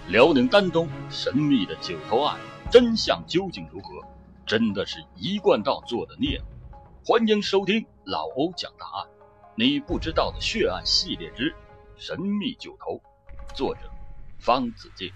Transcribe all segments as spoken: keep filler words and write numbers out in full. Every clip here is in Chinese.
辽宁丹东神秘的九头案，真相究竟如何？真的是一贯道做的孽吗？欢迎收听老欧讲大案，你不知道的血案系列之神秘九头，作者方子敬。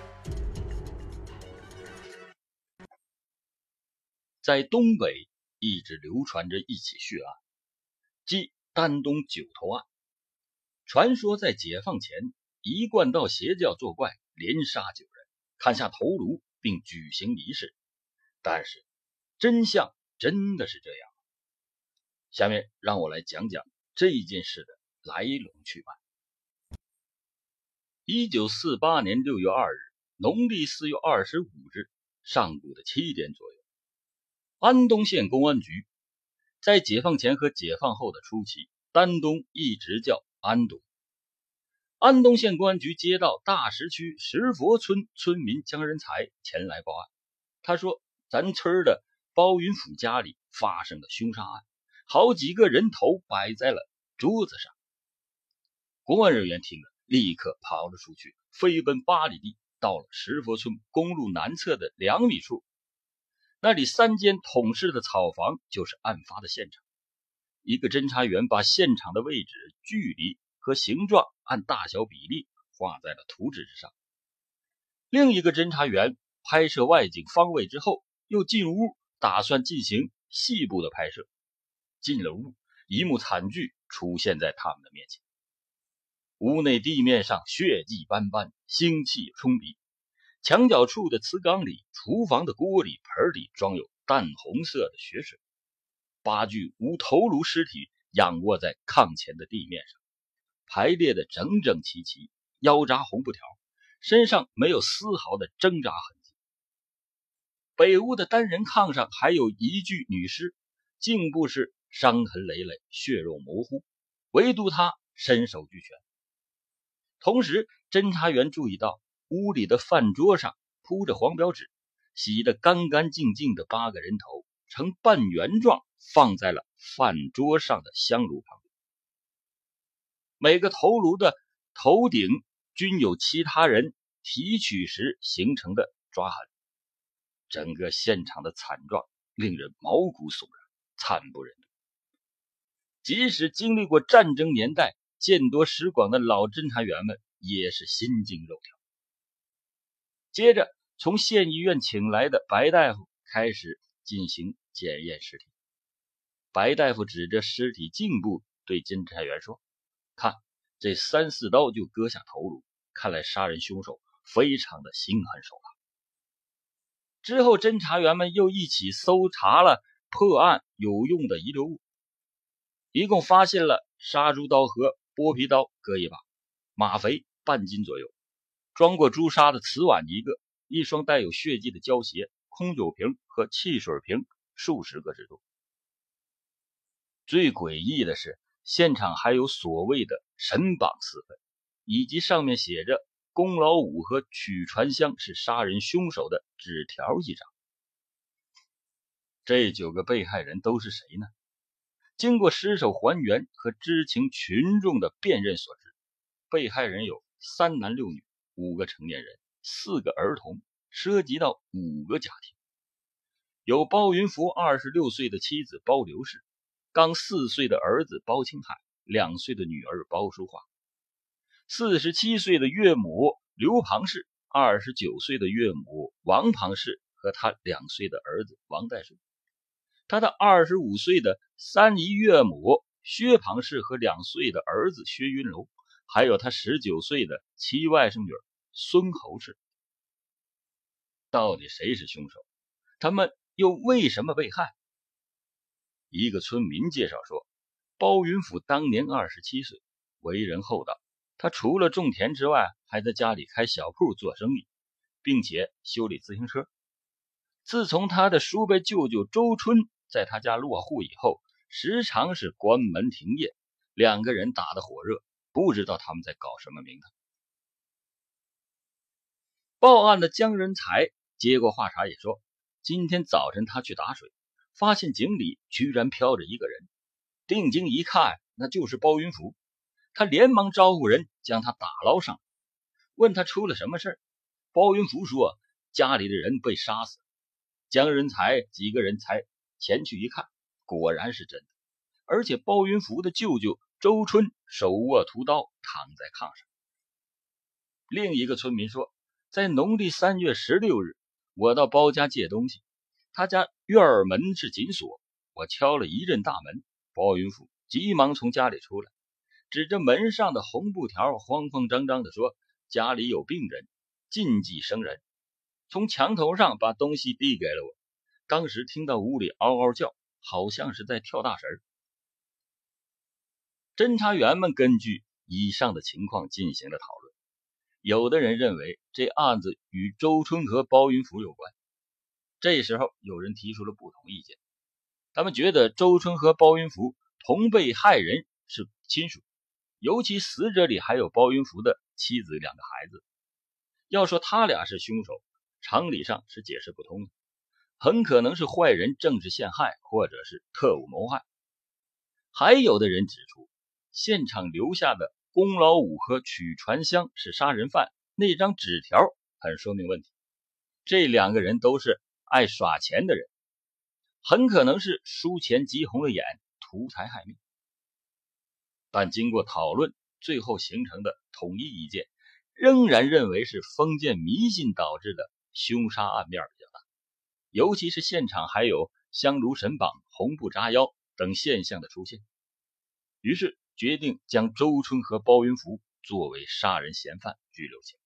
在东北一直流传着一起血案，即丹东九头案。传说在解放前，一贯道邪教作怪，连杀九人，砍下头颅并举行仪式。但是真相真的是这样吗？下面让我来讲讲这件事的来龙去脉。一九四八年六月二日，农历四月二十五日上午的七点左右，安东县公安局。在解放前和解放后的初期，丹东一直叫安东。安东县公安局接到大石区石佛村村民江仁才前来报案，他说咱村的包云甫家里发生了凶杀案，好几个人头摆在了桌子上。公安人员听了，立刻跑了出去，飞奔八里地，到了石佛村公路南侧的两米处，那里三间统式的草房就是案发的现场。一个侦查员把现场的位置、距离和形状按大小比例画在了图纸之上。另一个侦查员拍摄外景方位之后，又进屋打算进行细部的拍摄。进了屋，一幕惨剧出现在他们的面前。屋内地面上血迹斑斑，腥气冲鼻，墙角处的瓷缸里、厨房的锅里、盆里装有淡红色的血水。八具无头颅尸体仰卧在炕前的地面上，排列的整整齐齐，腰扎红布条，身上没有丝毫的挣扎痕迹。北屋的单人炕上还有一具女尸，颈部是伤痕累累，血肉模糊，唯独她身手俱全。同时侦查员注意到屋里的饭桌上铺着黄标纸，洗得干干净净的八个人头呈半圆状放在了饭桌上的香炉旁边。每个头颅的头顶均有其他人提取时形成的抓痕。整个现场的惨状令人毛骨悚然，惨不忍睹。即使经历过战争年代、见多识广的老侦查员们也是心惊肉跳。接着从县医院请来的白大夫开始进行检验尸体。白大夫指着尸体颈部对侦查员说，看，这三四刀就割下头颅，看来杀人凶手非常的心狠手辣。之后侦查员们又一起搜查了破案有用的遗留物，一共发现了杀猪刀和剥皮刀各一把，吗啡半斤左右，装过朱砂的瓷碗一个，一双带有血迹的胶鞋，空酒瓶和汽水瓶数十个之多。最诡异的是，现场还有所谓的神榜四分，以及上面写着龚老五和曲传香是杀人凶手的纸条一张。这九个被害人都是谁呢？经过尸首还原和知情群众的辨认所知，被害人有三男六女，五个成年人，四个儿童，涉及到五个家庭。有包云福二十六岁的妻子包刘氏，刚四岁的儿子包青海，两岁的女儿包淑华，四十七岁的岳母刘庞氏，二十九岁的岳母王庞氏和他两岁的儿子王代顺，他的二十五岁的三姨岳母薛庞氏和两岁的儿子薛云楼，还有他十九岁的七外甥女孙侯氏。到底谁是凶手？他们又为什么被害？一个村民介绍说，包云甫当年二十七岁，为人厚道，他除了种田之外，还在家里开小铺做生意，并且修理自行车。自从他的叔辈舅舅周春在他家落户以后，时常是关门停业，两个人打得火热，不知道他们在搞什么名堂。报案的江仁才接过话茬也说，今天早晨他去打水，发现井里居然飘着一个人，定睛一看，那就是包云福。他连忙招呼人将他打捞上来，问他出了什么事。 包云福说家里的人被杀死了。江仁才几个人才前去一看，果然是真的，而且包云福的舅舅周春手握屠刀躺在炕上。另一个村民说，在农历三月十六日，我到包家借东西，他家院门是紧锁，我敲了一阵大门，包云福急忙从家里出来，指着门上的红布条慌慌张张地说，家里有病人，禁忌生人，从墙头上把东西递给了我。当时听到屋里嗷嗷叫，好像是在跳大神。侦查员们根据以上的情况进行了讨论，有的人认为这案子与周春和包云福有关。这时候有人提出了不同意见，他们觉得周春和包云福同被害人是亲属，尤其死者里还有包云福的妻子两个孩子，要说他俩是凶手，常理上是解释不通的，很可能是坏人政治陷害，或者是特务谋害。还有的人指出，现场留下的龚老五和曲传香是杀人犯，那张纸条很说明问题。这两个人都是爱耍钱的人，很可能是输钱急红了眼，图财害命。但经过讨论，最后形成的统一意见仍然认为是封建迷信导致的凶杀案面比较大，尤其是现场还有香炉神绑、红布扎腰等现象的出现，于是决定将周春和包云福作为杀人嫌犯拘留起来。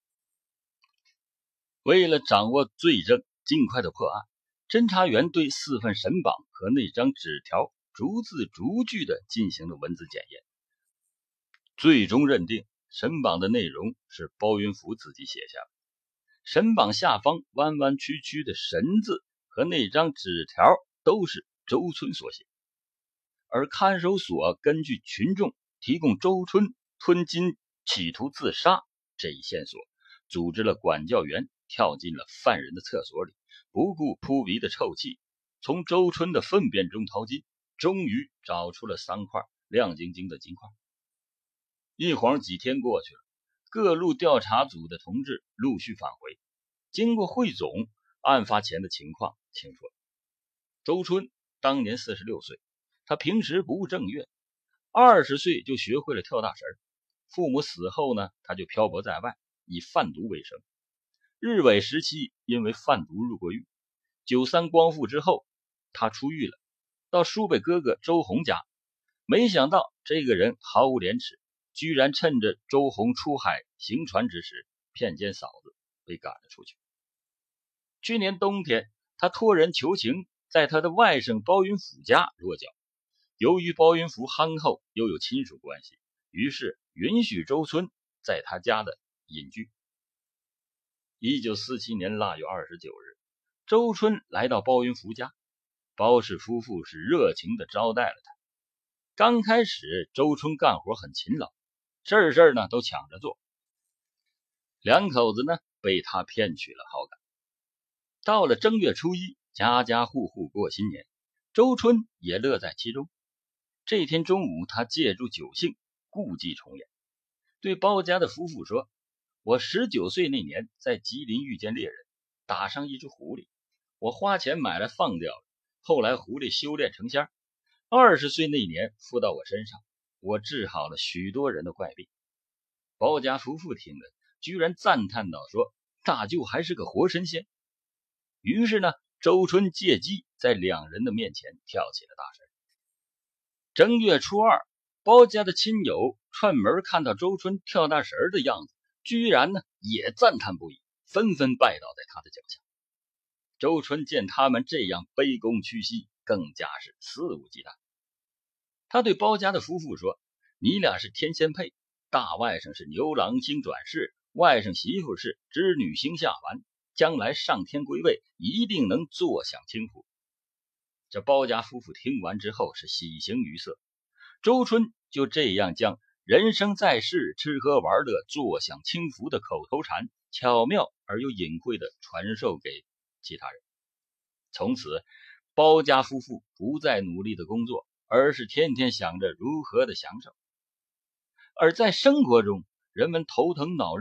为了掌握罪证，尽快的破案，侦查员对四份神绑和那张纸条逐字逐句的进行了文字检验，最终认定神绑的内容是包云福自己写下的。神绑下方弯弯曲曲的神字和那张纸条都是周春所写，而看守所根据群众提供周春吞金企图自杀这一线索，组织了管教员跳进了犯人的厕所里，不顾扑鼻的臭气，从周春的粪便中淘金，终于找出了三块亮晶晶的金块。一晃几天过去了，各路调查组的同志陆续返回，经过汇总，案发前的情况清楚了。周春当年四十六岁，他平时不务正业，二十岁就学会了跳大神。父母死后呢，他就漂泊在外，以贩毒为生。日伪时期因为贩毒入过狱，九三光复之后，他出狱了，到叔辈哥哥周洪家，没想到这个人毫无廉耻，居然趁着周洪出海行船之时，骗奸嫂子，被赶了出去。去年冬天，他托人求情，在他的外甥包云福家落脚。由于包云福憨厚又有亲属关系，于是允许周春在他家的隐居。一九四七年腊月二十九日，周春来到包云福家，包氏夫妇是热情地招待了他。刚开始，周春干活很勤劳，事事呢都抢着做，两口子呢被他骗取了好感。到了正月初一，家家户户过新年，周春也乐在其中。这天中午，他借助酒兴，故伎重演，对包家的夫妇说，我十九岁那年在吉林遇见猎人，打伤一只狐狸，我花钱买来放掉了，后来狐狸修炼成仙，二十岁那年附到我身上，我治好了许多人的怪病。包家夫妇听了，居然赞叹道说，大舅还是个活神仙。于是呢，周春借机在两人的面前跳起了大神。正月初二，包家的亲友串门看到周春跳大神的样子，居然呢也赞叹不已，纷纷拜倒在他的脚下。周春见他们这样卑躬屈膝，更加是肆无忌惮。他对包家的夫妇说，你俩是天仙配，大外甥是牛郎星转世，外甥媳妇是织女星下凡，将来上天归位，一定能坐享清福。这包家夫妇听完之后是喜形于色，周春就这样将人生在世，吃喝玩乐，坐享清福的口头禅巧妙而又隐晦地传授给其他人。从此，包家夫妇不再努力的工作，而是天天想着如何的享受。而在生活中，人们头疼脑热、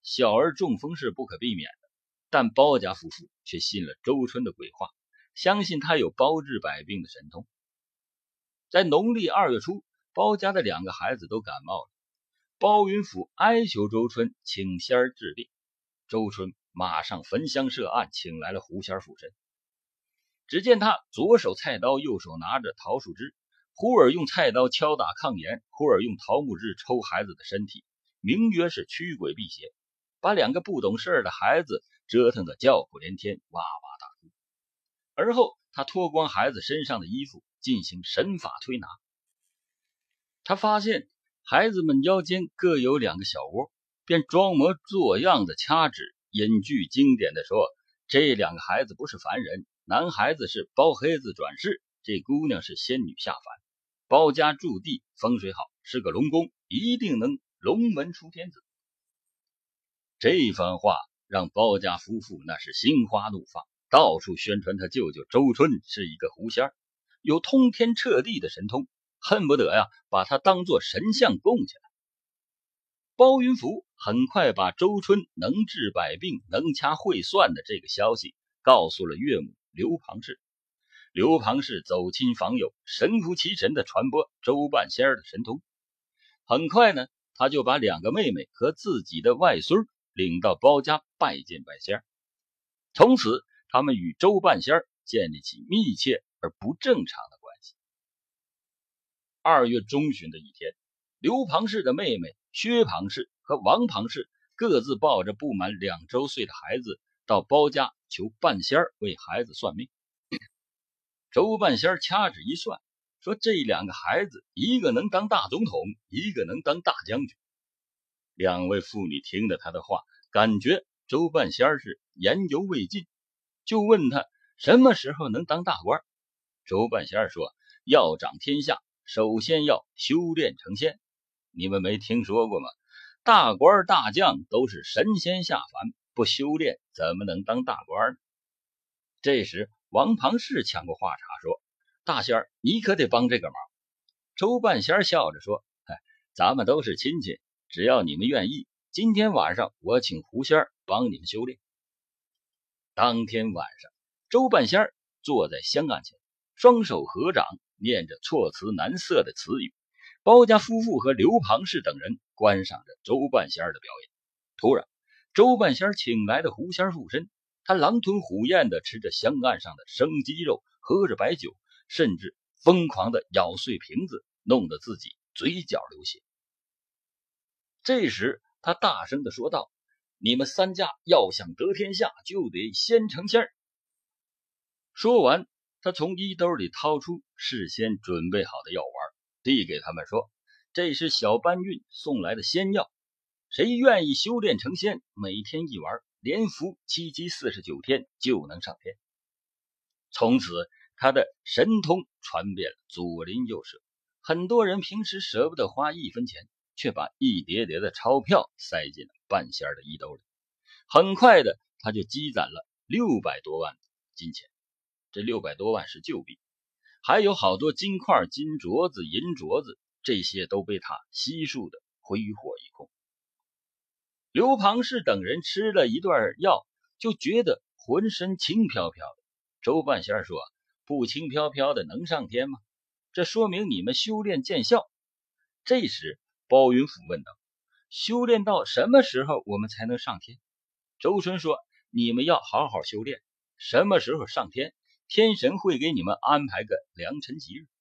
小儿中风是不可避免的，但包家夫妇却信了周春的鬼话，相信他有包治百病的神通。在农历二月初，包家的两个孩子都感冒了，包云甫哀求周春请仙儿治病，周春马上焚香设案，请来了狐仙附身。只见他左手菜刀，右手拿着桃树枝，忽而用菜刀敲打炕沿，忽而用桃木枝抽孩子的身体，名曰是驱鬼辟邪，把两个不懂事的孩子折腾得叫苦连天，哇哇大哭。而后他脱光孩子身上的衣服，进行神法推拿。他发现孩子们腰间各有两个小窝，便装模作样的掐指，引句经典的说，这两个孩子不是凡人，男孩子是包黑子转世，这姑娘是仙女下凡，包家驻地风水好，是个龙宫，一定能龙门出天子。这番话让包家夫妇那是心花怒放，到处宣传他舅舅周春是一个狐仙，有通天彻地的神通，恨不得呀把他当作神像供起来。包云甫很快把周春能治百病、能掐会算的这个消息告诉了岳母刘庞氏。刘庞氏走亲访友，神乎其神的传播周半仙的神通。很快呢，他就把两个妹妹和自己的外孙领到包家拜见拜仙。从此他们与周半仙建立起密切而不正常的关系。二月中旬的一天，刘庞氏的妹妹薛庞氏和王庞氏各自抱着不满两周岁的孩子到包家求半仙为孩子算命。周半仙掐指一算，说这两个孩子一个能当大总统，一个能当大将军。两位妇女听了他的话，感觉周半仙是言犹未尽，就问他什么时候能当大官。周半仙说，要掌天下，首先要修炼成仙。你们没听说过吗？大官大将都是神仙下凡，不修炼怎么能当大官呢？这时王庞氏抢过话茬说，大仙儿你可得帮这个忙。周半仙笑着说，哎，咱们都是亲戚，只要你们愿意，今天晚上我请狐仙儿帮你们修炼。当天晚上，周半仙坐在香案前，双手合掌，念着措辞难色的词语。包家夫妇和刘庞氏等人观赏着周半仙的表演。突然，周半仙请来的狐仙附身，他狼吞虎咽地吃着香案上的生鸡肉，喝着白酒，甚至疯狂地咬碎瓶子，弄得自己嘴角流血。这时他大声地说道，你们三家要想得天下，就得先成仙。说完，他从衣兜里掏出事先准备好的药丸，递给他们说，这是小搬运送来的仙药，谁愿意修炼成仙，每天一丸，连服七七四十九天就能上天。从此他的神通传遍了左邻右舍，很多人平时舍不得花一分钱，却把一叠叠的钞票塞进了半仙的衣兜里。很快的，他就积攒了六百多万金钱，这六百多万是旧币，还有好多金块、金镯子、银镯子，这些都被他悉数的挥霍一空。刘庞氏等人吃了一段药，就觉得浑身轻飘飘的。周半仙说，不轻飘飘的能上天吗？这说明你们修炼见效。这时包云甫问道，修炼到什么时候我们才能上天？周春说，你们要好好修炼，什么时候上天，天神会给你们安排个良辰吉日。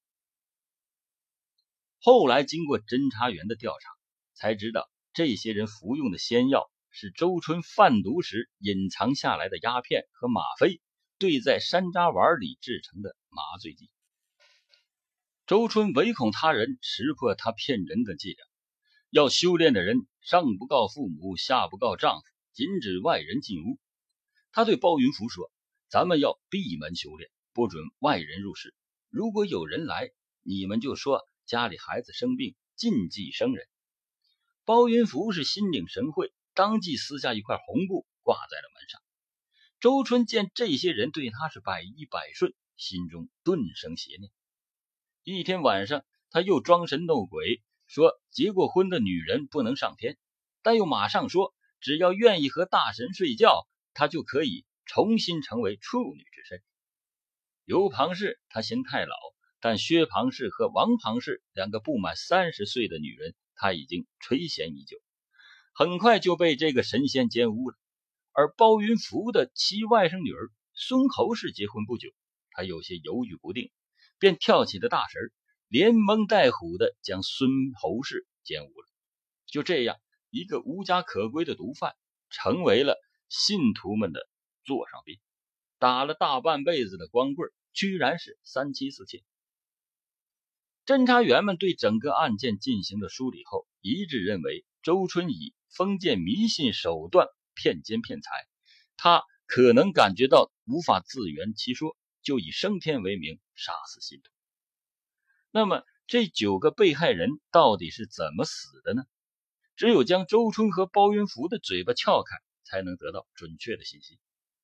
后来经过侦查员的调查，才知道这些人服用的仙药是周春贩毒时隐藏下来的鸦片和吗啡兑在山楂丸里制成的麻醉剂。周春唯恐他人识破他骗人的伎俩，要修炼的人上不告父母，下不告丈夫，禁止外人进屋。他对包云甫说，咱们要闭门修炼，不准外人入室，如果有人来，你们就说家里孩子生病，禁忌生人。包云甫是心领神会，当即撕下一块红布挂在了门上。周春见这些人对他是百依百顺，心中顿生邪念。一天晚上，他又装神弄鬼，说结过婚的女人不能上天，但又马上说只要愿意和大神睡觉，他就可以重新成为处女之身。刘庞氏他嫌太老，但薛庞氏和王庞氏两个不满三十岁的女人，他已经垂涎已久，很快就被这个神仙奸污了。而包云福的七外甥女儿孙侯氏结婚不久，他有些犹豫不定，便跳起了大神，连蒙带唬的将孙侯氏奸污了。就这样，一个无家可归的毒贩成为了信徒们的座上宾，打了大半辈子的光棍，居然是三妻四妾。侦查员们对整个案件进行了梳理后，一致认为周春以封建迷信手段骗奸骗财，他可能感觉到无法自圆其说，就以升天为名杀死信徒。那么这九个被害人到底是怎么死的呢？只有将周春和包云福的嘴巴撬开，才能得到准确的信息。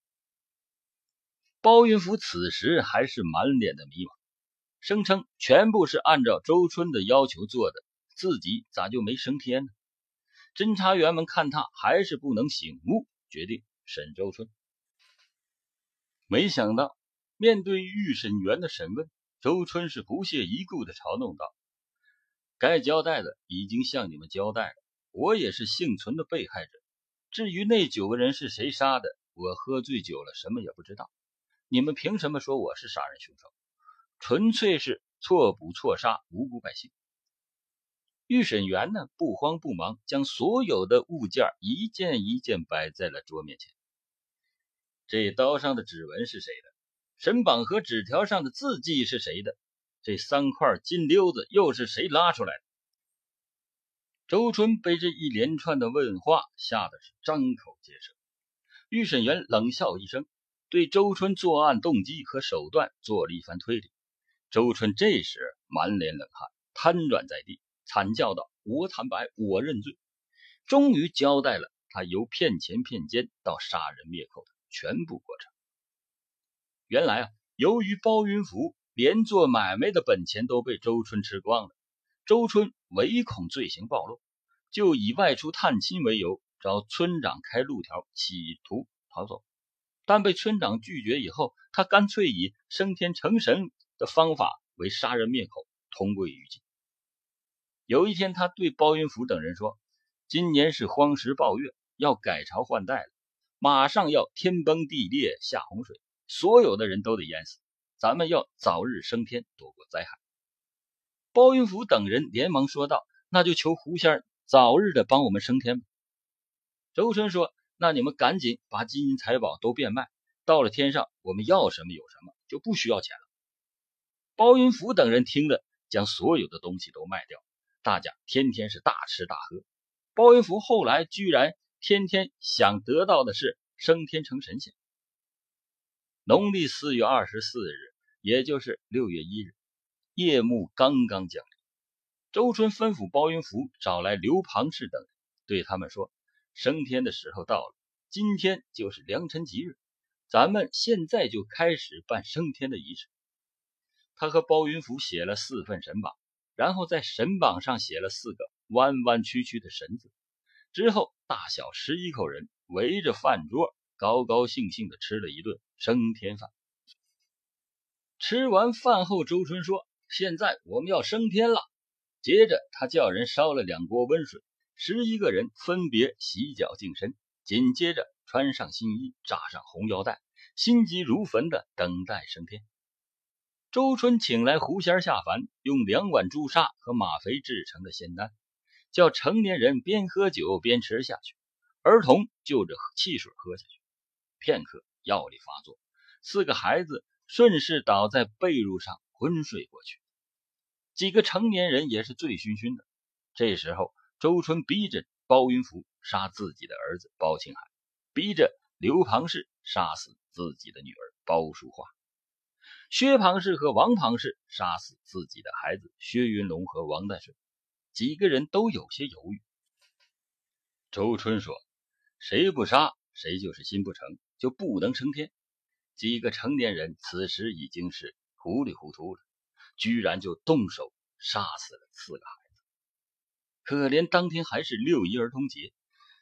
包云福此时还是满脸的迷茫，声称全部是按照周春的要求做的，自己咋就没升天呢？侦查员们看他还是不能醒悟，决定审周春。没想到面对预审员的审问，周春是不屑一顾地嘲弄道：该交代的已经向你们交代了，我也是幸存的被害者。至于那九个人是谁杀的，我喝醉酒了，什么也不知道。你们凭什么说我是杀人凶手？纯粹是错捕错杀无辜百姓。预审员呢，不慌不忙，将所有的物件一件一件摆在了桌面前。这刀上的指纹是谁的？神榜和纸条上的字迹是谁的？这三块金溜子又是谁拉出来的？周春被这一连串的问话吓得是张口结舌。预审员冷笑一声，对周春作案动机和手段做了一番推理。周春这时满脸冷汗，瘫软在地，惨叫道：我坦白，我认罪。终于交代了他由骗钱骗奸到杀人灭口的全部过程。原来啊，由于包云福连做买卖的本钱都被周春吃光了，周春唯恐罪行暴露，就以外出探亲为由，找村长开路条，企图逃走。但被村长拒绝以后，他干脆以升天成神的方法为杀人灭口，同归于尽。有一天，他对包云福等人说：今年是荒时暴月，要改朝换代了，马上要天崩地裂下洪水，所有的人都得淹死，咱们要早日升天，躲过灾害。包云福等人连忙说道：那就求狐仙早日的帮我们升天吧。周春说：那你们赶紧把金银财宝都变卖，到了天上我们要什么有什么，就不需要钱了。包云福等人听了，将所有的东西都卖掉，大家天天是大吃大喝。包云福后来居然天天想得到的是升天成神仙。农历四月二十四日，也就是六月一日，夜幕刚刚降临，周春吩咐包云福找来刘庞氏等人，对他们说：升天的时候到了，今天就是良辰吉日，咱们现在就开始办升天的仪式。他和包云福写了四份神榜，然后在神榜上写了四个弯弯曲曲的神字。之后大小十一口人围着饭桌，高高兴兴地吃了一顿升天饭。吃完饭后，周春说：现在我们要升天了。接着他叫人烧了两锅温水，十一个人分别洗脚净身，紧接着穿上新衣，扎上红腰带，心急如焚地等待升天。周春请来狐仙下凡，用两碗朱砂和吗啡制成的仙丹，叫成年人边喝酒边吃下去，儿童就着汽水喝下去。片刻，药力发作，四个孩子顺势倒在被褥上昏睡过去。几个成年人也是醉醺醺的。这时候，周春逼着包云福杀自己的儿子包青海，逼着刘庞氏杀死自己的女儿包淑华，薛庞氏和王庞氏杀死自己的孩子薛云龙和王代顺。几个人都有些犹豫。周春说：谁不杀，谁就是心不诚，就不能升天。几个成年人此时已经是糊里糊涂了，居然就动手杀死了四个孩子。可怜当天还是六一儿童节，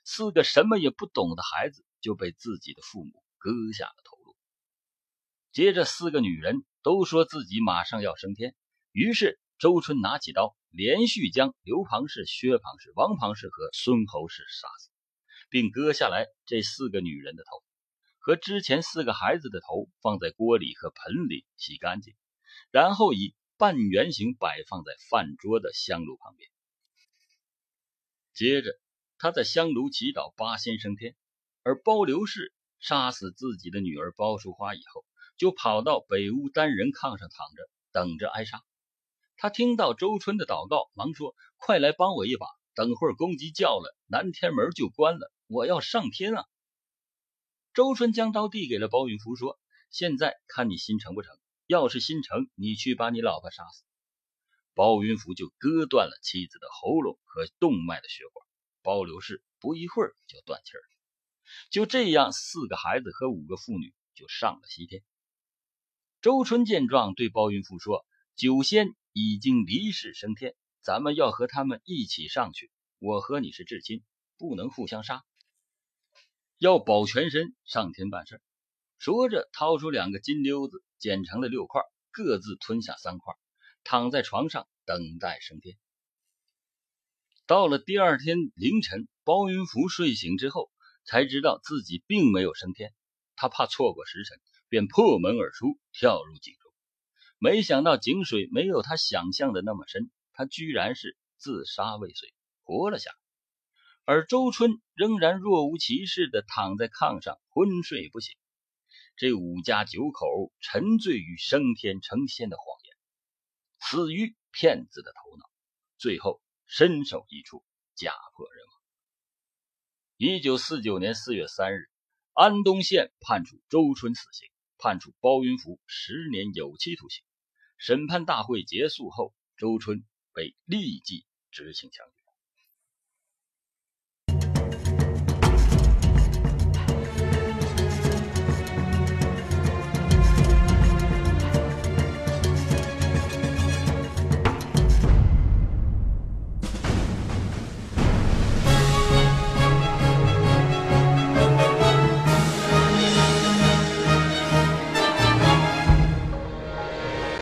四个什么也不懂的孩子就被自己的父母割下了头颅。接着四个女人都说自己马上要升天，于是周春拿起刀，连续将刘庞氏、薛庞氏、王庞氏和孙侯氏杀死，并割下来这四个女人的头，和之前四个孩子的头放在锅里和盆里洗干净，然后以半圆形摆放在饭桌的香炉旁边。接着他在香炉祈祷八仙升天，而包刘氏杀死自己的女儿包淑花以后，就跑到北屋单人炕上躺着，等着挨杀。他听到周春的祷告，忙说：快来帮我一把，等会儿公鸡叫了，南天门就关了，我要上天啊！周春将刀递给了包云福，说：现在看你心诚不诚，要是心诚，你去把你老婆杀死。包云福就割断了妻子的喉咙和动脉的血管，包刘氏不一会儿就断气儿了。就这样，四个孩子和五个妇女就上了西天。周春见状，对包云福说：九仙已经离世升天，咱们要和他们一起上去，我和你是至亲，不能互相杀，要保全身上天办事。说着掏出两个金溜子，剪成了六块，各自吞下三块，躺在床上等待升天。到了第二天凌晨，包云福睡醒之后才知道自己并没有升天，他怕错过时辰，便破门而出，跳入井中。没想到井水没有他想象的那么深，他居然是自杀未遂，活了下来。而周春仍然若无其事地躺在炕上昏睡不醒。这五家九口沉醉于升天成仙的谎言，死于骗子的头脑，最后身首异处，家破人亡。一九四九年四月三日，安东县判处周春死刑，判处包云福十年有期徒刑。审判大会结束后，周春被立即执行枪决。